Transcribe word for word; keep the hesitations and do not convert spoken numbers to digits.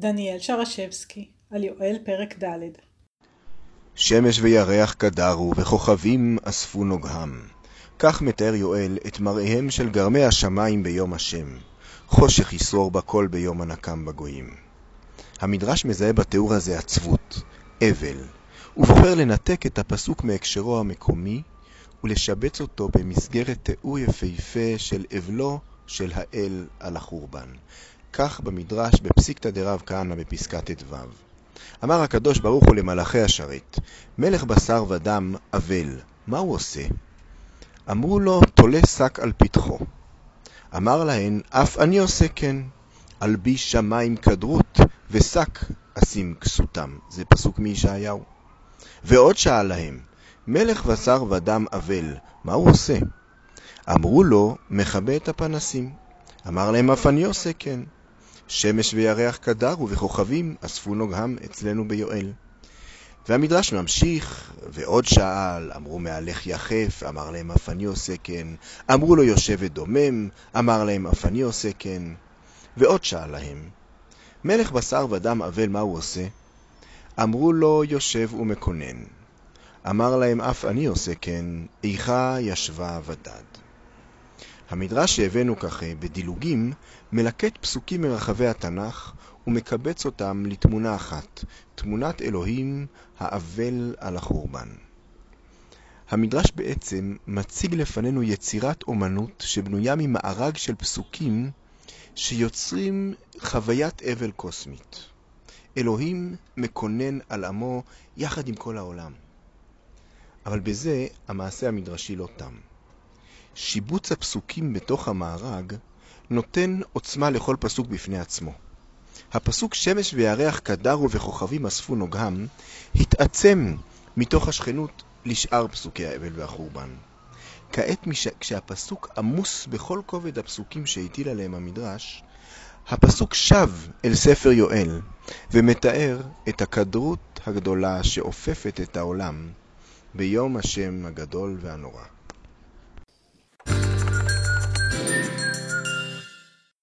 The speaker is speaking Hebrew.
דניאל שרשבסקי, על יואל פרק ד'. שמש וירח קדרו וכוכבים אספו נוגהם. כך מתאר יואל את מראיהם של גרמי השמיים ביום השם. חושך יסרור בכל ביום הנקם בגויים. המדרש מזהה בתיאור הזה עצבות, אבל, ובוחר לנתק את הפסוק מהקשרו המקומי ולשבץ אותו במסגרת תיאור יפהפה של אבלו של האל על החורבן. כך במדרש בפסיקתא דרב כהנא בפסקת ט"ו. אמר הקדוש ברוך הוא למלאכי השרת, מלך בשר ודם אבל, מה הוא עושה? אמרו לו, תולה שק על פתחו. אמר להן, אף אני עושה כן, אלביש שמיים כדרות ושק אשים כסותם. זה פסוק מישעיהו. ועוד שאל להם, מלך בשר ודם אבל, מה הוא עושה? אמרו לו, מכבה את הפנסים. אמר להם, אף אני עושה כן. שמש וירח קדרו וכוכבים אספו נוגהם אצלנו ביואל. והמדרש ממשיך, ועוד שאל, אמרו מהלך יחף, אמר להם אף אני עושה כן. אמרו לו יושב ודומם, אמר להם אף אני עושה כן. ועוד שאל להם, מלך בשר ודם אבל מה הוא עושה? אמרו לו יושב ומקונן. אמר להם אף אני עושה כן, איכה ישבה ודד. המדרש שהבאנו כך בדילוגים מלקט פסוקים מרחבי התנ"ך ומקבץ אותם לתמונה אחת, תמונת אלוהים האבל על החורבן. המדרש בעצם מציג לפנינו יצירת אומנות שבנויה ממארג של פסוקים שיוצרים חוויית אבל קוסמית. אלוהים מקונן על עמו יחד עם כל העולם. אבל בזה המעשה המדרשי לא תם. שיבוץ הפסוקים בתוך המארג נותן עוצמה לכל פסוק בפני עצמו. הפסוק שמש וירח קדרו וכוכבים אספו נוגהם התעצם מתוך השכנות לשאר פסוקי האבל והחורבן. כעת מש... כשהפסוק עמוס בכל כובד הפסוקים שהטיל עליהם המדרש, הפסוק שב אל ספר יואל ומתאר את הקדרות הגדולה שאופפת את העולם ביום השם הגדול והנורא.